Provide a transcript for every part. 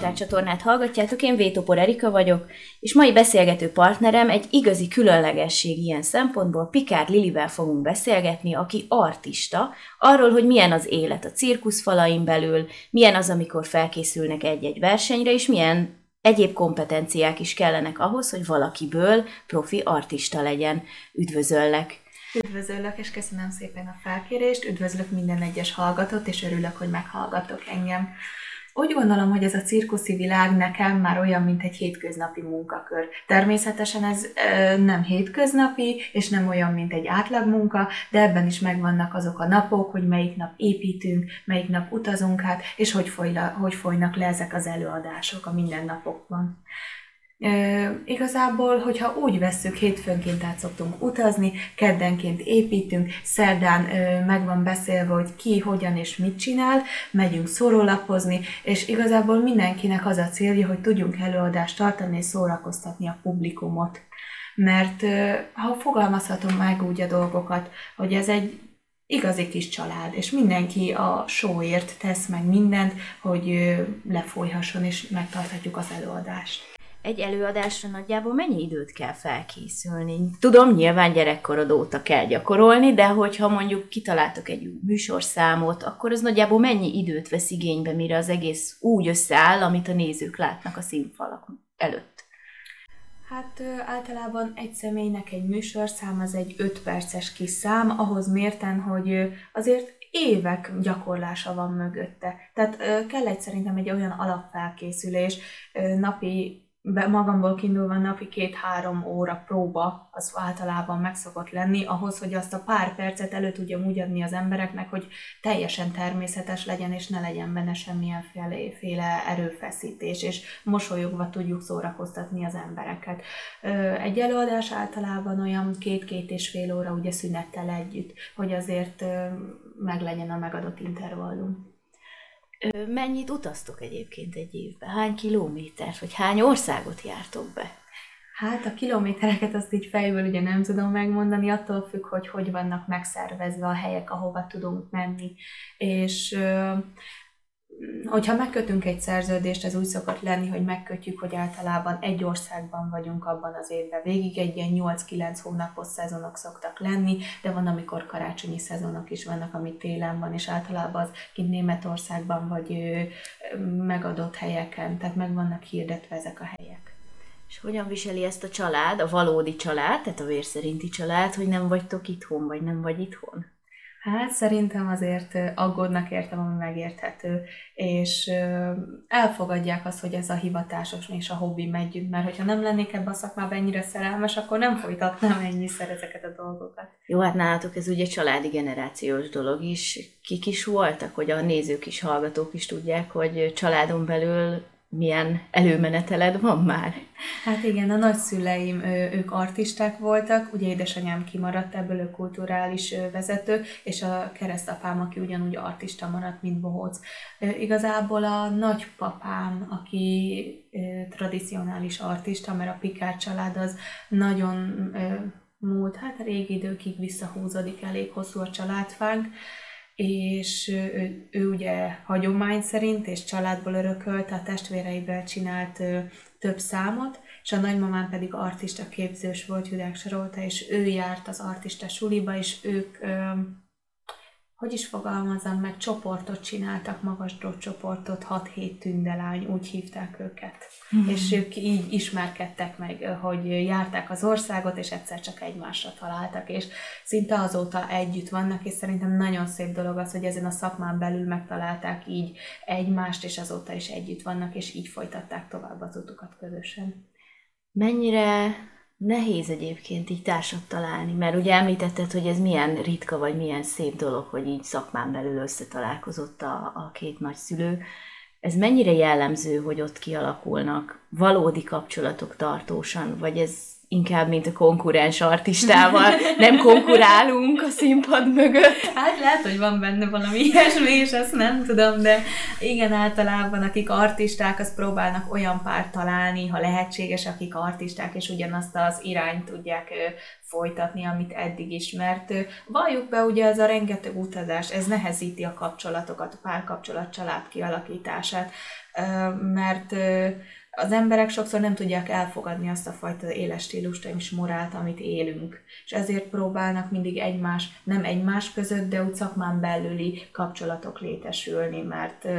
Osztrák csatornát hallgatjátok, én Vétopor Erika vagyok, és mai beszélgető partnerem egy igazi különlegesség ilyen szempontból. Pikár Lilivel fogunk beszélgetni, aki artista, arról, hogy milyen az élet a cirkuszfalain belül, milyen az, amikor felkészülnek egy-egy versenyre, és milyen egyéb kompetenciák is kellenek ahhoz, hogy valakiből profi artista legyen. Üdvözöllek! Üdvözöllek, és köszönöm szépen a felkérést, üdvözlök minden egyes hallgatót, és örülök, hogy meghallgattok engem. Úgy gondolom, hogy ez a cirkuszi világ nekem már olyan, mint egy hétköznapi munkakör. Természetesen ez nem hétköznapi, és nem olyan, mint egy átlagmunka, de ebben is megvannak azok a napok, hogy melyik nap építünk, melyik nap utazunk át, és hogy folynak le ezek az előadások a mindennapokban. Igazából, hogyha úgy vesszük, hétfőnként át szoktunk utazni, keddenként építünk, szerdán meg van beszélve, hogy ki, hogyan és mit csinál, megyünk szórólapozni, és igazából mindenkinek az a célja, hogy tudjunk előadást tartani és szórakoztatni a publikumot. Mert ha fogalmazhatom meg úgy a dolgokat, hogy ez egy igazi kis család, és mindenki a showért tesz meg mindent, hogy lefolyhasson és megtarthatjuk az előadást. Egy előadásra nagyjából mennyi időt kell felkészülni? Tudom, nyilván gyerekkorod óta kell gyakorolni, de hogyha mondjuk kitaláltok egy műsorszámot, akkor az nagyjából mennyi időt vesz igénybe, mire az egész úgy összeáll, amit a nézők látnak a színfalak előtt? Hát általában egy személynek egy műsorszám az egy 5 perces kis szám, ahhoz mérten, hogy azért évek gyakorlása van mögötte. Tehát kell szerintem egy olyan alapfelkészülés, napi magamból kiindulva napi 2-3 óra próba az általában meg szokott lenni, ahhoz, hogy azt a pár percet elő tudjam úgy adni az embereknek, hogy teljesen természetes legyen, és ne legyen benne semmilyenféle erőfeszítés, és mosolyogva tudjuk szórakoztatni az embereket. Egy előadás általában olyan 2-2,5 óra ugye szünettel együtt, hogy azért meglegyen a megadott intervallum. Mennyit utaztok egyébként egy évben? Hány kilométert, vagy hány országot jártok be? Hát a kilométereket azt így fejből ugye nem tudom megmondani, attól függ, hogy vannak megszervezve a helyek, ahova tudunk menni. És hogyha megkötünk egy szerződést, ez úgy szokott lenni, hogy megkötjük, hogy általában egy országban vagyunk abban az évben végig, egy ilyen 8-9 hónapos szezonok szoktak lenni, de van, amikor karácsonyi szezonok is vannak, ami télen van, és általában az kint Németországban vagy megadott helyeken, tehát meg vannak hirdetve ezek a helyek. És hogyan viseli ezt a család, a valódi család, tehát a vérszerinti család, hogy nem vagytok itthon, vagy nem vagy itthon? Hát szerintem azért aggódnak értem, ami megérthető, és elfogadják azt, hogy ez a hivatásos és a hobbi együtt, mert hogyha nem lennék ebben a szakmában ennyire szerelmes, akkor nem folytatnám ennyiszer ezeket a dolgokat. Jó, hát nálatok ez ugye családi generációs dolog is. Kik is voltak, hogy a nézők is, hallgatók is tudják, hogy családon belül milyen előmeneteled van már? Hát igen, a nagyszüleim, ők artisták voltak, ugye édesanyám kimaradt ebből, ő kulturális vezető, és a keresztapám, aki ugyanúgy artista maradt, mint bohóc. Igazából a nagypapám, aki tradicionális artista, mert a Pikár család az nagyon múlt, hát régi időkig visszahúzódik, elég hosszú a családfánk, és ő ugye hagyomány szerint és családból örökölte, a testvéreiből csinált több számot, és a nagymamám pedig artista képzős volt, Judák Sarolta, és ő járt az artista suliba, és ők, hogy is fogalmazzam meg, csoportot csináltak, magas csoportot, 6-7 tündelány, úgy hívták őket. És ők így ismerkedtek meg, hogy járták az országot, és egyszer csak egymásra találtak, és szinte azóta együtt vannak, és szerintem nagyon szép dolog az, hogy ezen a szakmán belül megtalálták így egymást, és azóta is együtt vannak, és így folytatták tovább az utukat közösen. Mennyire nehéz egyébként így társat találni, mert ugye említetted, hogy ez milyen ritka, vagy milyen szép dolog, hogy így szakmán belül összetalálkozott a két nagyszülő. Ez mennyire jellemző, hogy ott kialakulnak valódi kapcsolatok tartósan, vagy ez inkább, mint a konkurens artistával. Nem konkurálunk a színpad mögött. Hát lehet, hogy van benne valami ilyesmi, és ezt nem tudom, de igen, általában akik artisták, azt próbálnak olyan párt találni, ha lehetséges, akik artisták, és ugyanazt az irányt tudják folytatni, amit eddig is, mert valljuk be, ugye ez a rengeteg utazás, ez nehezíti a kapcsolatokat, a párkapcsolat, család kialakítását, mert az emberek sokszor nem tudják elfogadni azt a fajta életstílust és morált, amit élünk. És ezért próbálnak mindig nem egymás között, de úgy szakmán belüli kapcsolatok létesülni, mert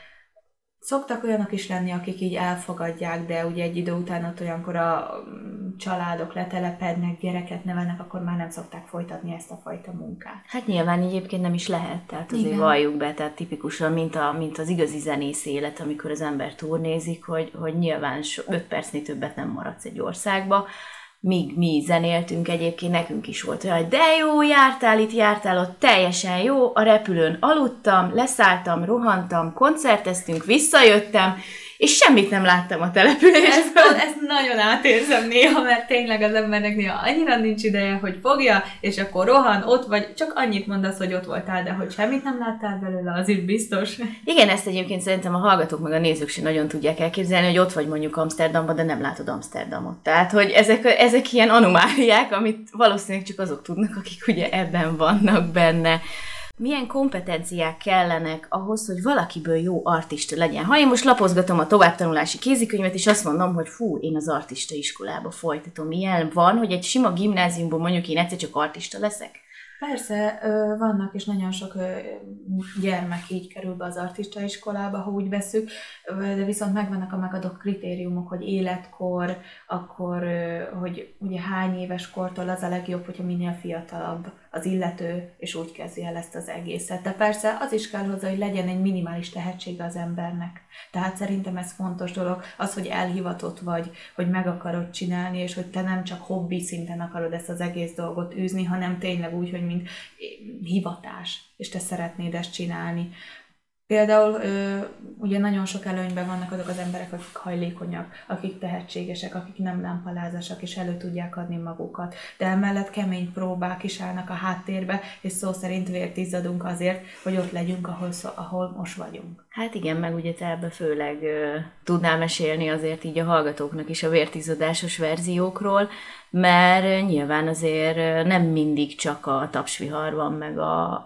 szoktak olyanok is lenni, akik így elfogadják, de ugye egy idő után ott olyankor a családok letelepednek, gyereket nevelnek, akkor már nem szokták folytatni ezt a fajta munkát. Hát nyilván egyébként nem is lehet, tehát azért Igen. valljuk be, tehát tipikusan, mint az igazi zenész élet, amikor az ember turnézik, hogy nyilván 5 percnél többet nem maradsz egy országba. Míg mi zenéltünk, egyébként nekünk is volt olyan, hogy de jó, jártál ott, teljesen jó, a repülőn aludtam, leszálltam, rohantam, koncerteztünk, visszajöttem, és semmit nem láttam a településből. Ezt nagyon átérzem néha, mert tényleg az embernek néha annyira nincs ideje, hogy fogja, és akkor rohan, ott vagy, csak annyit mondasz, hogy ott voltál, de hogy semmit nem láttál belőle, az itt biztos. Igen, ezt egyébként szerintem a hallgatók meg a nézők sem nagyon tudják elképzelni, hogy ott vagy mondjuk Amsterdamban, de nem látod Amsterdamot. Tehát, hogy ezek ilyen anomáliák, amit valószínűleg csak azok tudnak, akik ugye ebben vannak benne. Milyen kompetenciák kellenek ahhoz, hogy valakiből jó artista legyen? Ha én most lapozgatom a továbbtanulási kézikönyvet, és azt mondom, hogy fú, én az artista iskolába folytatom. Ilyen van, hogy egy sima gimnáziumban mondjuk én egyszer csak artista leszek? Persze, vannak, és nagyon sok gyermek így kerül be az artista iskolába, ha úgy veszük, de viszont megvannak a megadott kritériumok, hogy életkor, akkor, hogy ugye hány éves kortól az a legjobb, hogyha minél fiatalabb az illető, és úgy kezdi el ezt az egészet. De persze az is kell hozzá, hogy legyen egy minimális tehetsége az embernek. Tehát szerintem ez fontos dolog, az, hogy elhivatott vagy, hogy meg akarod csinálni, és hogy te nem csak hobbi szinten akarod ezt az egész dolgot űzni, hanem tényleg úgy, hogy mint hivatás, és te szeretnéd ezt csinálni. Például ugye nagyon sok előnyben vannak azok az emberek, akik hajlékonyak, akik tehetségesek, akik nem lámpalázasak, és elő tudják adni magukat. De emellett kemény próbák is állnak a háttérbe, és szó szerint vért izzadunk azért, hogy ott legyünk, ahol most vagyunk. Hát igen, meg ugye te ebbe főleg tudnál mesélni azért így a hallgatóknak is a vértizzadásos verziókról, mert nyilván azért nem mindig csak a tapsvihar van, meg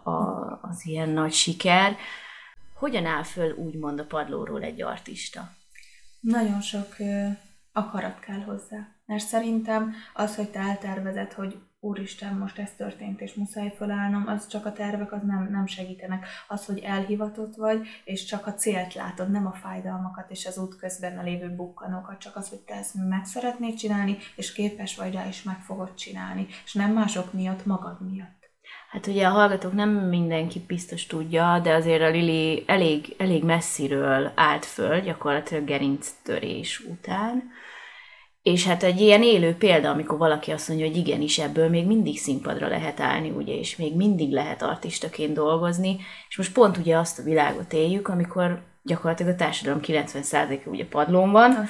az ilyen nagy siker. Hogyan áll föl úgymond a padlóról egy artista? Nagyon sok akarat kell hozzá. Mert szerintem az, hogy te eltervezed, hogy úristen, most ez történt, és muszáj fölállnom, az csak a tervek, az nem segítenek. Az, hogy elhivatott vagy, és csak a célt látod, nem a fájdalmakat és az út közben a lévő bukkanókat, csak az, hogy te ezt meg szeretnéd csinálni, és képes vagy rá, és meg fogod csinálni. És nem mások miatt, magad miatt. Hát ugye a hallgatók nem mindenki biztos tudja, de azért a Lili elég messziről állt föl, gyakorlatilag gerinctörés után. És hát egy ilyen élő példa, amikor valaki azt mondja, hogy igenis ebből még mindig színpadra lehet állni, ugye, és még mindig lehet artistaként dolgozni, és most pont ugye azt a világot éljük, amikor gyakorlatilag a társadalom 90%-a ugye padlón van,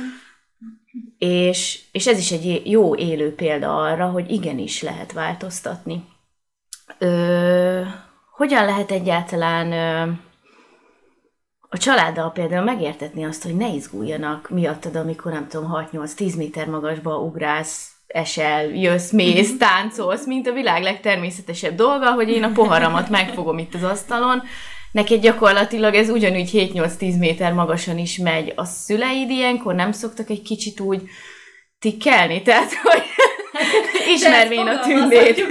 és ez is egy jó élő példa arra, hogy igenis lehet változtatni. Hogyan lehet egyáltalán a családdal például megértetni azt, hogy ne izguljanak miattad, amikor nem tudom, 6-8-10 méter magasba ugrálsz, esel, jössz, mész, táncolsz, mint a világ legtermészetesebb dolga, hogy én a poharamat megfogom itt az asztalon. Neked gyakorlatilag ez ugyanúgy 7-8-10 méter magasan is megy. A szüleid ilyenkor nem szoktak egy kicsit úgy tikkelni? Tehát, hogy ismervén a tündét.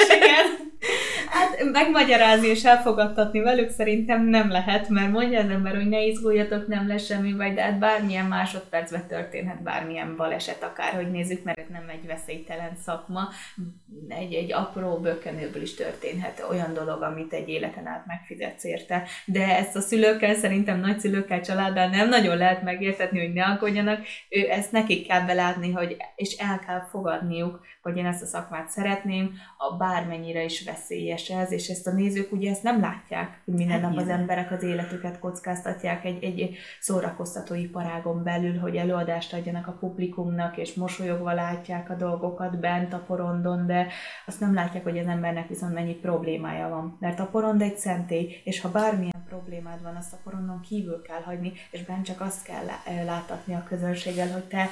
Hát megmagyarázni és elfogadtatni velük szerintem nem lehet, mert mondja az ember, hogy ne izguljatok, nem lesz semmi baj, de hát bármilyen másodpercben történhet bármilyen baleset, akárhogy nézzük, mert ez nem egy veszélytelen szakma. Egy apró bökkenőből is történhet olyan dolog, amit egy életen át megfizetsz érte. De ezt a szülőkkel, szerintem nagyszülőkkel, családdal nem nagyon lehet megértetni, hogy ne aggódjanak. Ezt nekik kell belátni, és el kell fogadniuk, hogy én ezt a szakmát szeretném, a bármennyire is veszélyes ez, és ezt a nézők ugye ezt nem látják, hogy minden nap az emberek az életüket kockáztatják egy szórakoztató iparágon belül, hogy előadást adjanak a publikumnak, és mosolyogva látják a dolgokat bent a porondon, de azt nem látják, hogy az embernek viszont mennyi problémája van. Mert a porond egy szentély, és ha bármilyen problémád van, azt a porondon kívül kell hagyni, és bent csak azt kell láttatni a közönséggel, hogy te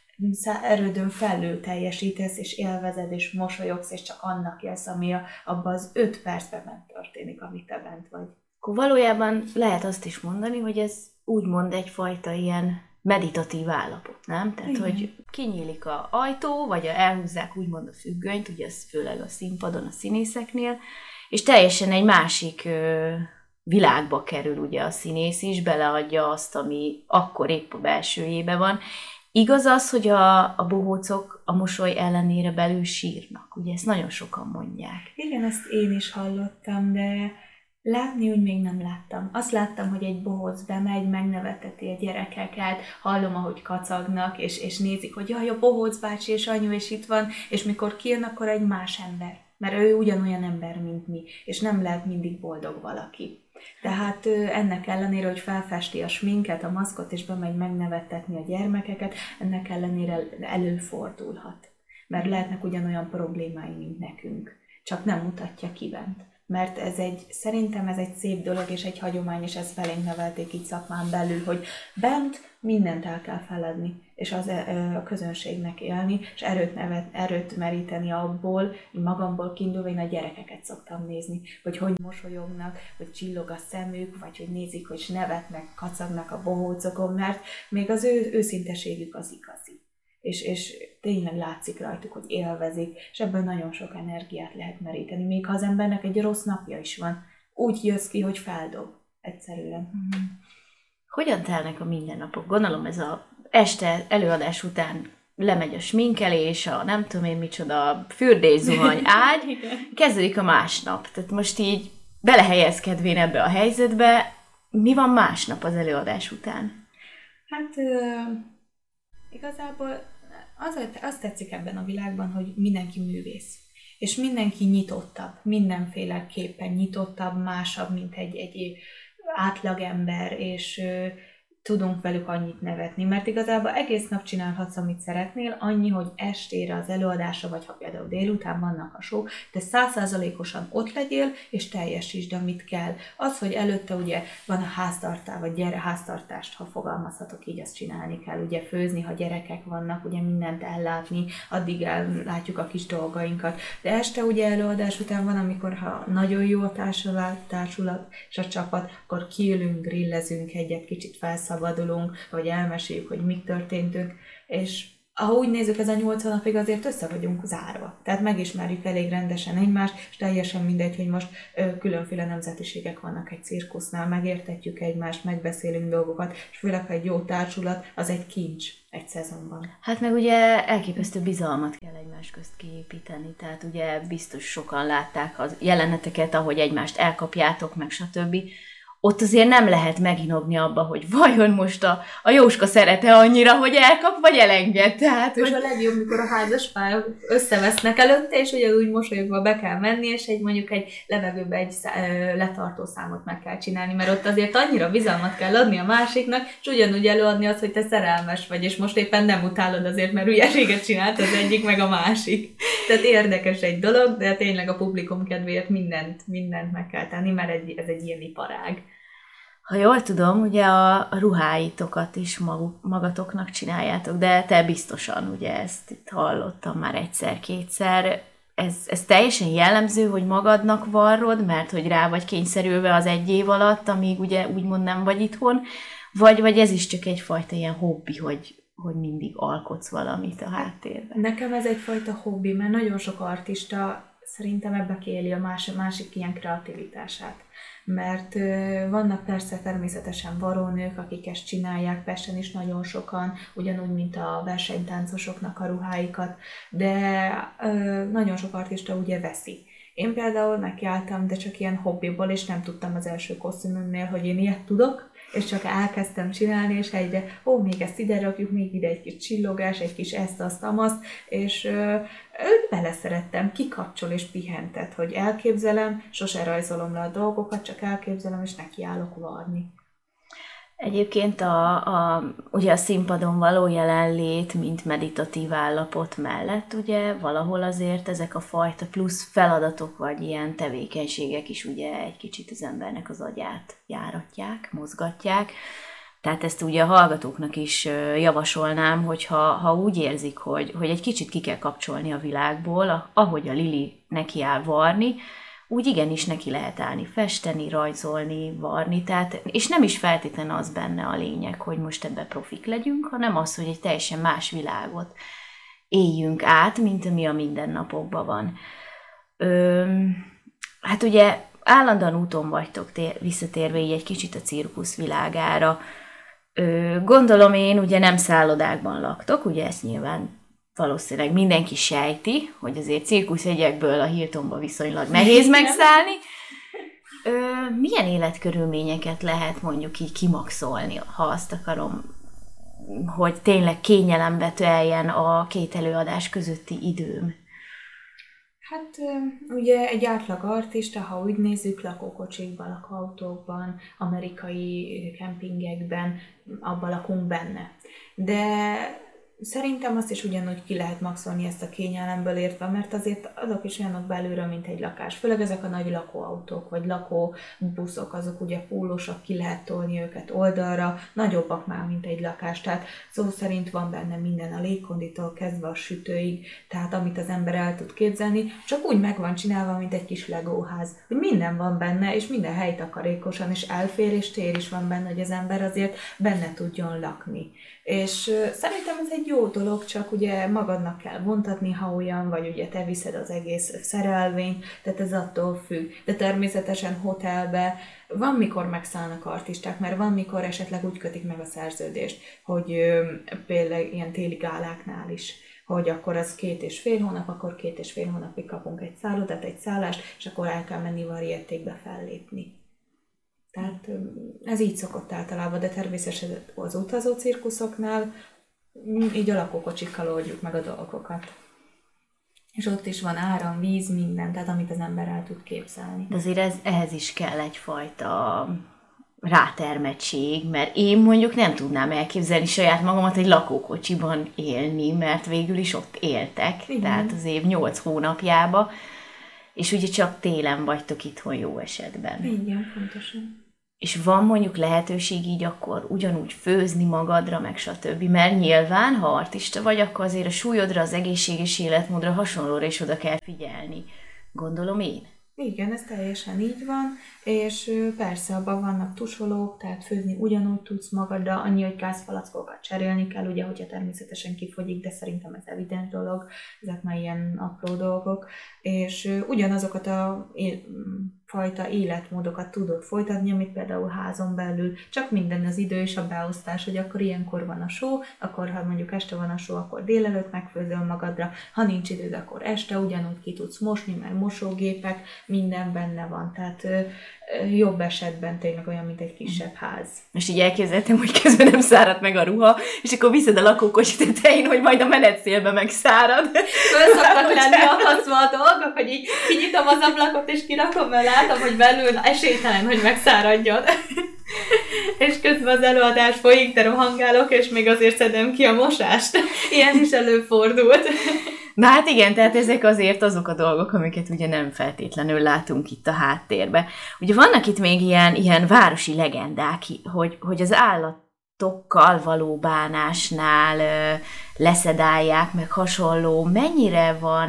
erődön felül teljesítesz, és élvezed, és mosolyogsz, és csak annak élsz, ami abban az 5 percben bent történik, amit te bent vagy. Akkor valójában lehet azt is mondani, hogy ez úgymond egyfajta ilyen meditatív állapot, nem? Tehát, igen, hogy kinyílik az ajtó, vagy elhúzzák úgymond a függönyt, ugye ez főleg a színpadon, a színészeknél, és teljesen egy másik világba kerül ugye a színész is, beleadja azt, ami akkor épp a belsőjébe van. Igaz az, hogy a bohócok a mosoly ellenére belül sírnak? Ugye ezt nagyon sokan mondják. Igen, ezt én is hallottam, de látni úgy még nem láttam. Azt láttam, hogy egy bohóc bemegy, megneveteti a gyerekeket, hallom, ahogy kacagnak, és nézik, hogy jaj, a bohóc bácsi és anyu is itt van, és mikor kijön, akkor egy más ember. Mert ő ugyanolyan ember, mint mi, és nem lehet mindig boldog valaki. Tehát ennek ellenére, hogy felfesti a sminket, a maszkot, és bemegy megnevettetni a gyermekeket, ennek ellenére előfordulhat. Mert lehetnek ugyanolyan problémái, mint nekünk. Csak nem mutatja ki bent. Mert szerintem ez egy szép dolog, és egy hagyomány, és ezt felénk nevelték így szakmán belül, hogy bent mindent el kell feladni, és a közönségnek élni, és erőt meríteni abból, én magamból kiindulva, én a gyerekeket szoktam nézni, hogy mosolyognak, hogy csillog a szemük, vagy hogy nézik, hogy nevetnek, kacagnak a bohócokon, mert még az ő őszinteségük az igazi. És tényleg látszik rajtuk, hogy élvezik, és ebből nagyon sok energiát lehet meríteni, még ha az embernek egy rossz napja is van. Úgy jössz ki, hogy feldob egyszerűen. Hogyan telnek a mindennapok? Gondolom ez a este előadás után lemegy a sminkelés, a nem tudom én micsoda, fürdészuhany, ágy, kezdődik a másnap. Tehát most így belehelyezkedvén ebbe a helyzetbe, mi van másnap az előadás után? Hát igazából az tetszik ebben a világban, hogy mindenki művész. És mindenki nyitottabb, mindenféleképpen nyitottabb, másabb, mint egy átlagember, és tudunk velük annyit nevetni, mert igazából egész nap csinálhatsz, amit szeretnél, annyi, hogy estére az előadásra, vagy ha például délután vannak a show, de 100%-osan ott legyél, és teljesítsd, amit kell. Az, hogy előtte ugye van a háztartás, vagy háztartást, ha fogalmazhatok így, azt csinálni kell, ugye főzni, ha gyerekek vannak, ugye mindent ellátni, addig ellátjuk a kis dolgainkat. De este ugye előadás után van, amikor ha nagyon jó a társulat és a csapat, akkor kiülünk, grillezünk egyet, kicsit felszabadulunk, vagy elmeséljük, hogy mik történtünk, és ha úgy nézzük, ez a 8 napig azért össze vagyunk zárva. Tehát megismerjük elég rendesen egymást, és teljesen mindegy, hogy most különféle nemzetiségek vannak egy cirkusznál, megértetjük egymást, megbeszélünk dolgokat, és főleg, ha egy jó társulat, az egy kincs egy szezonban. Hát meg ugye elképesztő bizalmat kell egymás közt kiépíteni, tehát ugye biztos sokan látták a jeleneteket, ahogy egymást elkapjátok, meg stb. Ott azért nem lehet meginogni abba, hogy vajon most a Jóska szerete annyira, hogy elkap, vagy elenged. Tehát, és a legjobb, mikor a házaspárok összevesznek előtte, és ugyanúgy mosolyogva be kell menni, és mondjuk egy levegőbe egy letartó számot meg kell csinálni, mert ott azért annyira bizalmat kell adni a másiknak, és ugyanúgy előadni azt, hogy te szerelmes vagy, és most éppen nem utálod azért, mert hülyeséget csinált az egyik, meg a másik. Tehát érdekes egy dolog, de tényleg a publikum kedvéért mindent meg kell tenni, mert ez egy ilyen iparág. Ha jól tudom, ugye a ruháitokat is magatoknak csináljátok, de te biztosan, ugye ezt itt hallottam már egyszer-kétszer. Ez teljesen jellemző, hogy magadnak varrod, mert hogy rá vagy kényszerülve az 1 év alatt, amíg ugye úgymond nem vagy itthon, vagy ez is csak egyfajta ilyen hobbi, hogy mindig alkotsz valamit a háttérben? Nekem ez egyfajta hobbi, mert nagyon sok artista szerintem ebbe kiéli a másik ilyen kreativitását. Mert vannak persze természetesen varónők, akik ezt csinálják, Pesten is nagyon sokan, ugyanúgy, mint a versenytáncosoknak a ruháikat, de nagyon sok artista ugye veszi. Én például nekiálltam, de csak ilyen hobbiból, és nem tudtam az első kosztümömnél, hogy én ilyet tudok, és csak elkezdtem csinálni, és egyre, még ezt ide rakjuk, még ide egy kis csillogás, egy kis ezt, azt, amazt, és beleszerettem, kikapcsol és pihentet, hogy elképzelem, sose rajzolom le a dolgokat, csak elképzelem, és nekiállok varni. Egyébként ugye a színpadon való jelenlét, mint meditatív állapot mellett, ugye valahol azért ezek a fajta plusz feladatok, vagy ilyen tevékenységek is ugye egy kicsit az embernek az agyát járatják, mozgatják. Tehát ezt ugye a hallgatóknak is javasolnám, hogy ha úgy érzik, hogy egy kicsit ki kell kapcsolni a világból, ahogy a Lili neki áll varni, úgy igenis neki lehet állni, festeni, rajzolni, varni, tehát, és nem is feltétlenül az benne a lényeg, hogy most ebben profik legyünk, hanem az, hogy egy teljesen más világot éljünk át, mint ami a mindennapokban van. Hát ugye állandóan úton vagytok visszatérve így egy kicsit a cirkusz világára. Gondolom én, ugye nem szállodákban laktok, ugye ezt nyilván valószínűleg mindenki sejti, hogy azért cirkuszjegyekből a Hiltonba viszonylag nehéz megszállni. Milyen életkörülményeket lehet mondjuk így kimaxolni, ha azt akarom, hogy tényleg kényelembe teljen a két előadás közötti időm? Hát ugye egy átlag artista, ha úgy nézzük, lakókocsikban, lakóautókban, amerikai kempingekben, abban lakunk benne. De szerintem azt is ugyanúgy ki lehet maxolni ezt a kényelemből értve, mert azért azok is olyanok belülről, mint egy lakás. Főleg ezek a nagy lakóautók, vagy lakóbuszok, azok ugye pólósak, ki lehet tolni őket oldalra, nagyobbak már, mint egy lakás. Tehát szó szerint van benne minden, a légkonditól kezdve a sütőig, tehát amit az ember el tud képzelni, csak úgy meg van csinálva, mint egy kis legóház. Hogy minden van benne, és minden helytakarékosan, és elfér, és tér is van benne, hogy az ember azért benne tudjon lakni. És szerintem ez egy jó dolog, csak ugye magadnak kell vontatni, ha olyan, vagy ugye te viszed az egész szerelvényt, tehát ez attól függ. De természetesen hotelbe van, mikor megszállnak artisták, mert van, mikor esetleg úgy kötik meg a szerződést, hogy például ilyen téli gáláknál is, hogy akkor az 2,5 hónap, akkor 2,5 hónapig kapunk egy szállodát, egy szállást, és akkor el kell menni varietékbe fellépni. Tehát ez így szokott általában, de természetesen az utazó cirkuszoknál így a lakókocsikkal oldjuk meg a dolgokat. És ott is van áram, víz, minden, tehát amit az ember el tud képzelni. De azért ehhez is kell egyfajta rátermettség, mert én mondjuk nem tudnám elképzelni saját magamat egy lakókocsiban élni, mert végül is ott éltek, igen. Tehát az év 8 hónapjába, és ugye csak télen vagytok itthon jó esetben. Igen, pontosan. És van mondjuk lehetőség így akkor ugyanúgy főzni magadra, meg stb. Mert nyilván, ha artista vagy, akkor azért a súlyodra, az egészséges életmódra hasonlóra is oda kell figyelni. Gondolom én? Igen, ez teljesen így van, és persze abban vannak tusolók, tehát főzni ugyanúgy tudsz magadra, annyi, hogy gázpalackokat cserélni kell, ugye, hogyha természetesen kifogyik, de szerintem ez evidens dolog, ezek már ilyen apró dolgok, és ugyanazokat a fajta életmódokat tudod folytatni, amit például házon belül, csak minden az idő és a beosztás, hogy akkor ilyenkor van a show, akkor ha mondjuk este van a show, akkor délelőtt megfőzöl magadra, ha nincs időd, akkor este ugyanúgy ki tudsz mosni, mert mosógépek, minden benne van, tehát jobb esetben tényleg olyan, mint egy kisebb ház. Most így elképzeltem, hogy közben nem szárad meg a ruha, és akkor viszed a lakókocsi tetején, hogy majd a menetszélbe megszárad. Föl szoktak lenni akasztva a dolgok, hogy így kinyitom az ablakot, és kirakom, mert látom, hogy belül esélytelen, hogy megszáradjon. És közben az előadás folyik, de rohangálok, és még azért szedem ki a mosást. Ilyen is előfordult. Na hát igen, tehát ezek azért azok a dolgok, amiket ugye nem feltétlenül látunk itt a háttérbe. Ugye vannak itt még ilyen városi legendák, hogy az állatokkal való bánásnál leszedálják, meg hasonló. Mennyire van,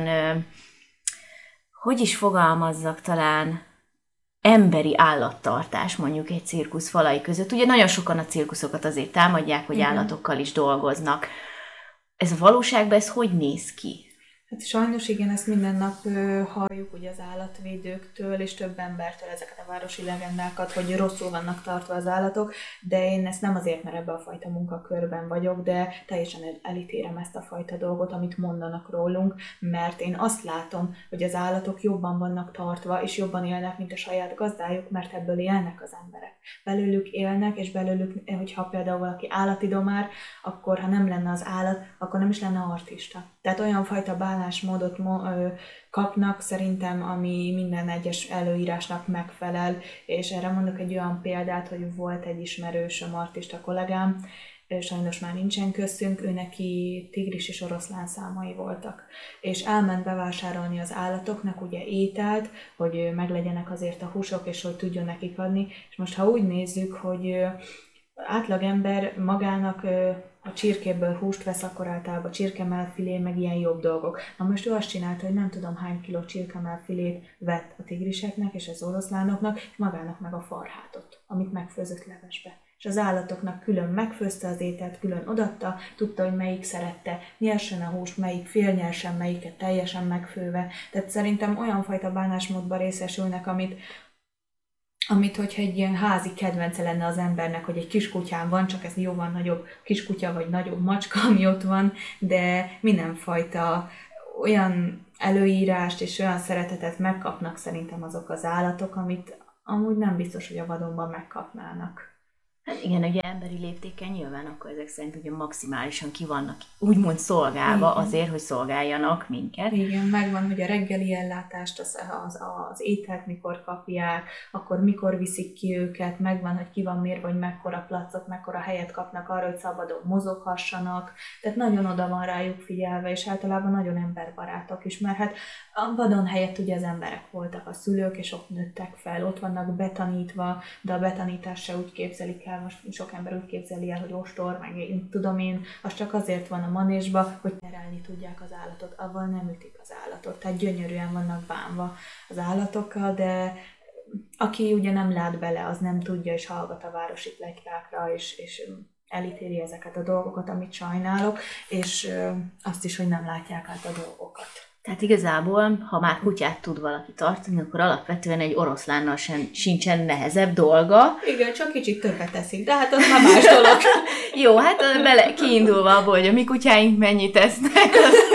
hogy is fogalmazzak, talán emberi állattartás mondjuk egy cirkusz falai között. Ugye nagyon sokan a cirkuszokat azért támadják, hogy állatokkal is dolgoznak. Ez a valóságban ez hogy néz ki? Hát sajnos igen, ezt minden nap halljuk ugye az állatvédőktől és több embertől ezeket a városi legendákat, hogy rosszul vannak tartva az állatok, de én ezt nem azért, mert ebben a fajta munkakörben vagyok, de teljesen elítélem ezt a fajta dolgot, amit mondanak rólunk, mert én azt látom, hogy az állatok jobban vannak tartva, és jobban élnek, mint a saját gazdájuk, mert ebből élnek az emberek. Belőlük élnek, és belőlük, hogyha például valaki állati domár, akkor ha nem lenne az állat, akkor nem is lenne artista. Tehát olyan fajta bánásmódot kapnak szerintem, ami minden egyes előírásnak megfelel, és erre mondok egy olyan példát, hogy volt egy ismerősöm, artista kollégám, sajnos már nincsen köztünk, ő neki tigris és oroszlán számai voltak. És elment bevásárolni az állatoknak ugye ételt, hogy meglegyenek azért a húsok, és hogy tudjon nekik adni. És most ha úgy nézzük, hogy átlagember magának a csirkéből húst vesz, akkor általában csirkemelfilé, meg ilyen jobb dolgok. Na most ő azt csinálta, hogy nem tudom hány kiló csirkemelfilét vett a tigriseknek és az oroszlánoknak, és magának meg a farhátot, amit megfőzött levesbe. És az állatoknak külön megfőzte az ételt, külön odatta, tudta, hogy melyik szerette nyersen a húst, melyik félnyersen, melyiket teljesen megfőve. Tehát szerintem olyan fajta bánásmódban részesülnek, amit hogyha egy ilyen házi kedvence lenne az embernek, hogy egy kiskutyám van, csak ez jóval nagyobb kiskutya vagy nagyobb macska, ami ott van, de mindenfajta olyan előírást és olyan szeretetet megkapnak szerintem azok az állatok, amit amúgy nem biztos, hogy a vadonban megkapnának. Hát igen, ugye emberi léptéken nyilván akkor ezek szerint ugye maximálisan ki vannak úgymond szolgálva igen. Azért, hogy szolgáljanak minket. Igen, megvan, hogy a reggeli ellátást, az ételt mikor kapják, akkor mikor viszik ki őket, megvan, hogy ki van mérve, hogy mekkora placot, mekkora helyet kapnak arra, hogy szabadon mozoghassanak. Tehát nagyon oda van rájuk figyelve, és általában nagyon emberbarátok is, mert hát a vadon helyett ugye az emberek voltak a szülők, és ott nőttek fel, ott vannak betanítva, de a betanítás se úgy képzelik el, most sok ember úgy képzeli el, hogy ostor, meg én tudom én, az csak azért van a manésba, hogy terelni tudják az állatot, avval nem ütik az állatot, tehát gyönyörűen vannak bánva az állatokkal, de aki ugye nem lát bele, az nem tudja, és hallgat a városi pletykákra, és elítéli ezeket a dolgokat, amit sajnálok, és azt is, hogy nem látják át a dolgokat. Tehát igazából, ha már kutyát tud valaki tartani, akkor alapvetően egy oroszlánnal sincsen nehezebb dolga. Igen, csak kicsit többet eszik, de hát az már más dolog. Jó, hát kiindulva abból, hogy a mi kutyáink mennyit esznek,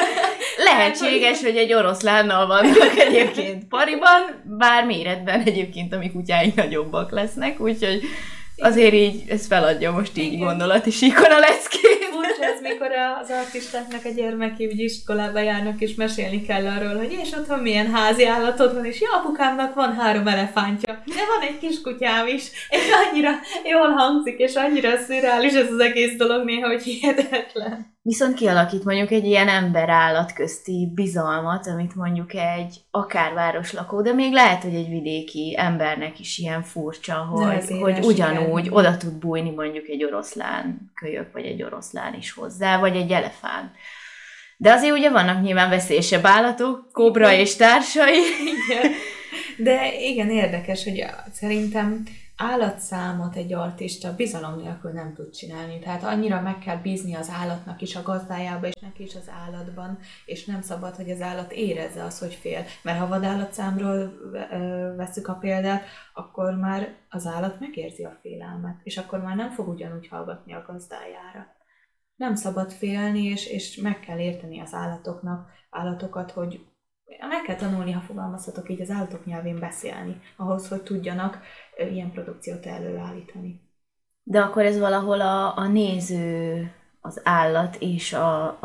lehetséges, hogy egy oroszlánnal vannak egyébként pariban, bár méretben egyébként a mi kutyáink nagyobbak lesznek, úgyhogy azért így, ez feladja most így gondolati síkon a leckét. Furcsa ez, mikor az artistáknak a gyermeki úgy iskolába járnak, és mesélni kell arról, hogy és otthon milyen házi állatod van, és ja, apukámnak van 3 elefántja, de van egy kiskutyám is, és annyira jól hangzik, és annyira szürreális ez az egész dolog néha, hogy hihetetlen. Viszont kialakít mondjuk egy ilyen ember-állat közti bizalmat, amit mondjuk egy akár városlakó, de még lehet, hogy egy vidéki embernek is ilyen furcsa, hogy ugyanúgy oda tud bújni mondjuk egy oroszlán kölyök, vagy egy oroszlán is hozzá, vagy egy elefánt. De azért ugye vannak nyilván veszélyesebb állatok, kobra és társai. Igen. De igen, érdekes, hogy szerintem állatszámot egy artista bizalom nélkül nem tud csinálni. Tehát annyira meg kell bízni az állatnak is, a gazdájába, és neki is az állatban, és nem szabad, hogy az állat érezze azt, hogy fél. Mert ha vadállatszámról veszük a példát, akkor már az állat megérzi a félelmet, és akkor már nem fog ugyanúgy hallgatni a gazdájára. Nem szabad félni, és meg kell érteni az állatokat, hogy meg kell tanulni, ha fogalmazhatok így, az állatok nyelvén beszélni, ahhoz, hogy tudjanak ilyen produkciót előállítani. De akkor ez valahol a néző, az állat és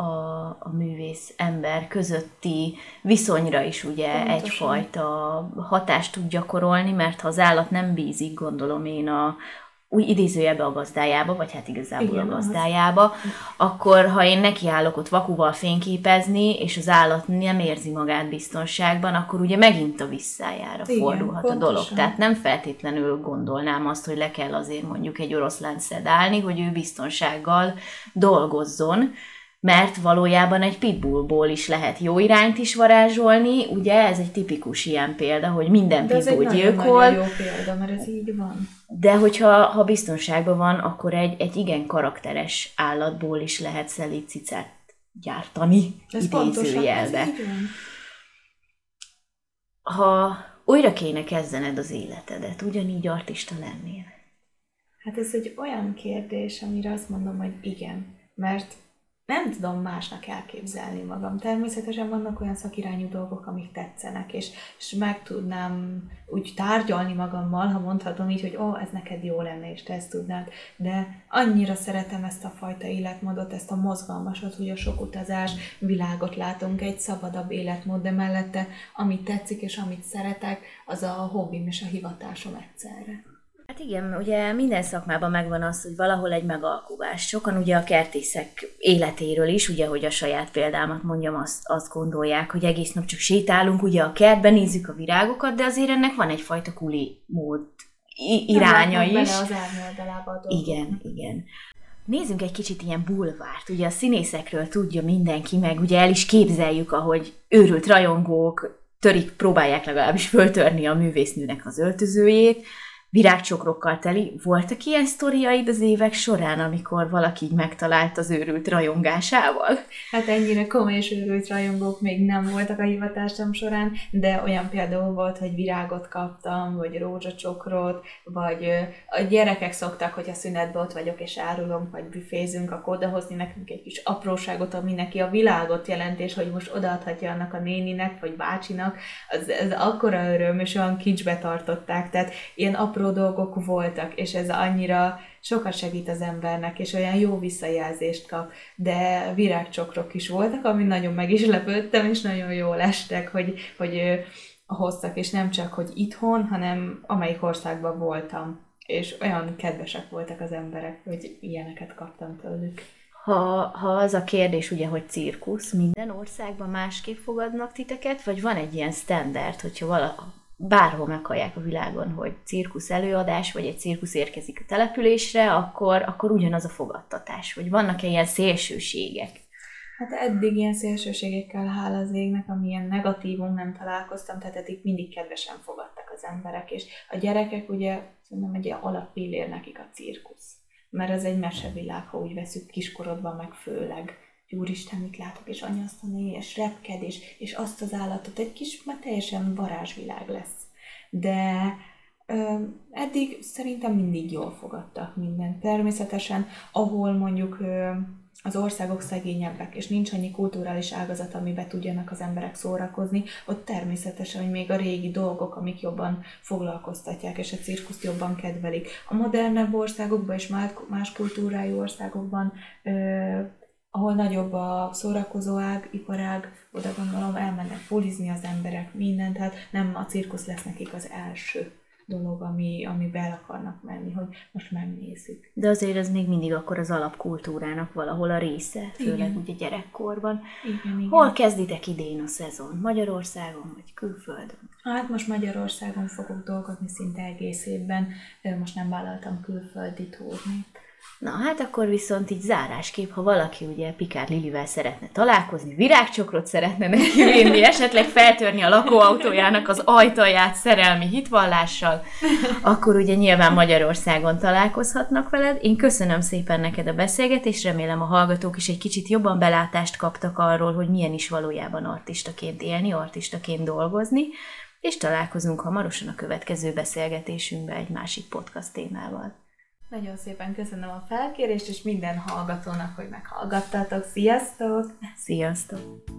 a művész ember közötti viszonyra is ugye pontosan egyfajta hatást tud gyakorolni, mert ha az állat nem bízik, gondolom én, úgy idézőjelbe a gazdájába, vagy hát igazából igen, a gazdájába, akkor ha én nekiállok ott vakuval fényképezni, és az állat nem érzi magát biztonságban, akkor ugye megint a visszájára fordulhat pontosan a dolog. Tehát nem feltétlenül gondolnám azt, hogy le kell azért mondjuk egy oroszlánt szedálni, hogy ő biztonsággal dolgozzon, mert valójában egy pitbullból is lehet jó irányt is varázsolni, ugye ez egy tipikus ilyen példa, hogy minden pitbull gyilkol. Ez egy nagyon jó példa, mert ez így van. De hogyha biztonságban van, akkor egy igen karakteres állatból is lehet szelíd cicát gyártani, idézőjelbe. Ha újra kéne kezdened az életedet, ugyanígy artista lennél? Hát ez egy olyan kérdés, amire azt mondom, hogy igen, mert nem tudom másnak elképzelni magam. Természetesen vannak olyan szakirányú dolgok, amik tetszenek, és meg tudnám úgy tárgyalni magammal, ha mondhatom így, hogy ez neked jó lenne, és te ezt tudnád. De annyira szeretem ezt a fajta életmódot, ezt a mozgalmasot, hogy a sok utazás, világot látunk, egy szabadabb életmód, de mellette amit tetszik és amit szeretek, az a hobbim és a hivatásom egyszerre. Hát igen, ugye minden szakmában megvan az, hogy valahol egy megalkuvás. Sokan ugye a kertészek életéről is, ugye, hogy a saját példámat mondjam, azt gondolják, hogy egész nap csak sétálunk, ugye a kertben nézzük a virágokat, de azért ennek van egyfajta kuli mód iránya is. Bele az árnyoldalába a dolgok. Igen. Nézzünk egy kicsit ilyen bulvárt. Ugye a színészekről tudja mindenki, meg ugye el is képzeljük, ahogy őrült rajongók próbálják legalábbis föltörni a művésznőnek az öltözőjét, virágcsokrokkal teli. Voltak ilyen sztoriaid az évek során, amikor valaki így megtalált az őrült rajongásával? Hát ennyire komoly és őrült rajongók még nem voltak a hivatásom során, de olyan például volt, hogy virágot kaptam, vagy rózsacsokrot, vagy a gyerekek szoktak, hogyha szünetben ott vagyok és árulom, vagy büfézünk, akkor odahozni nekünk egy kis apróságot, ami neki a világot jelent, és hogy most odaadhatja annak a néninek, vagy bácsinak. Ez akkora öröm, és olyan kincsbe tartották, tehát ilyen apró dolgok voltak, és ez annyira sokat segít az embernek, és olyan jó visszajelzést kap, de virágcsokrok is voltak, amin nagyon meg is lepődtem, és nagyon jól estek, hogy hoztak, és nem csak, hogy itthon, hanem amelyik országban voltam, és olyan kedvesek voltak az emberek, hogy ilyeneket kaptam tőlük. Ha az a kérdés ugye, hogy cirkusz, minden országban másképp fogadnak titeket, vagy van egy ilyen standard, hogyha bárhol meghallják a világon, hogy cirkusz előadás, vagy egy cirkusz érkezik a településre, akkor ugyanaz a fogadtatás, vagy vannak-e ilyen szélsőségek? Hát eddig ilyen szélsőségekkel, hála az égnek, amilyen negatívum nem találkoztam, tehát eddig mindig kedvesen fogadtak az emberek, és a gyerekek ugye szerintem egy alappillér nekik a cirkusz, mert ez egy mesevilág, ha úgy veszük kiskorodban meg főleg. Úristen, mit látok, és anya azt a nő, és repked, és azt az állatot, egy kis, már teljesen varázsvilág lesz. De eddig szerintem mindig jól fogadtak mindent. Természetesen, ahol mondjuk az országok szegényebbek, és nincs annyi kulturális ágazat, amiben tudjanak az emberek szórakozni, ott természetesen, hogy még a régi dolgok, amik jobban foglalkoztatják, és a cirkuszt jobban kedvelik. A modernebb országokban és más kultúrájú országokban ahol nagyobb a szórakozó ág, iparág, oda gondolom elmennek bulizni az emberek, mindent, tehát nem a cirkusz lesz nekik az első dolog, ami be akarnak menni, hogy most megnézzük. De azért ez még mindig akkor az alapkultúrának valahol a része, főleg ugye gyerekkorban. Igen. Hol kezditek idén a szezon? Magyarországon vagy külföldön? Hát most Magyarországon fogok dolgozni szinte egész évben, most nem vállaltam külföldi turnét. Na hát akkor viszont így zárásképp, ha valaki ugye Pikár Lilivel szeretne találkozni, virágcsokrot szeretne neki vinni, esetleg feltörni a lakóautójának az ajtaját szerelmi hitvallással, akkor ugye nyilván Magyarországon találkozhatnak veled. Én köszönöm szépen neked a beszélgetést, remélem a hallgatók is egy kicsit jobban belátást kaptak arról, hogy milyen is valójában artistaként élni, artistaként dolgozni, és találkozunk hamarosan a következő beszélgetésünkben egy másik podcast témával. Nagyon szépen köszönöm a felkérést, és minden hallgatónak, hogy meghallgattatok. Sziasztok! Sziasztok!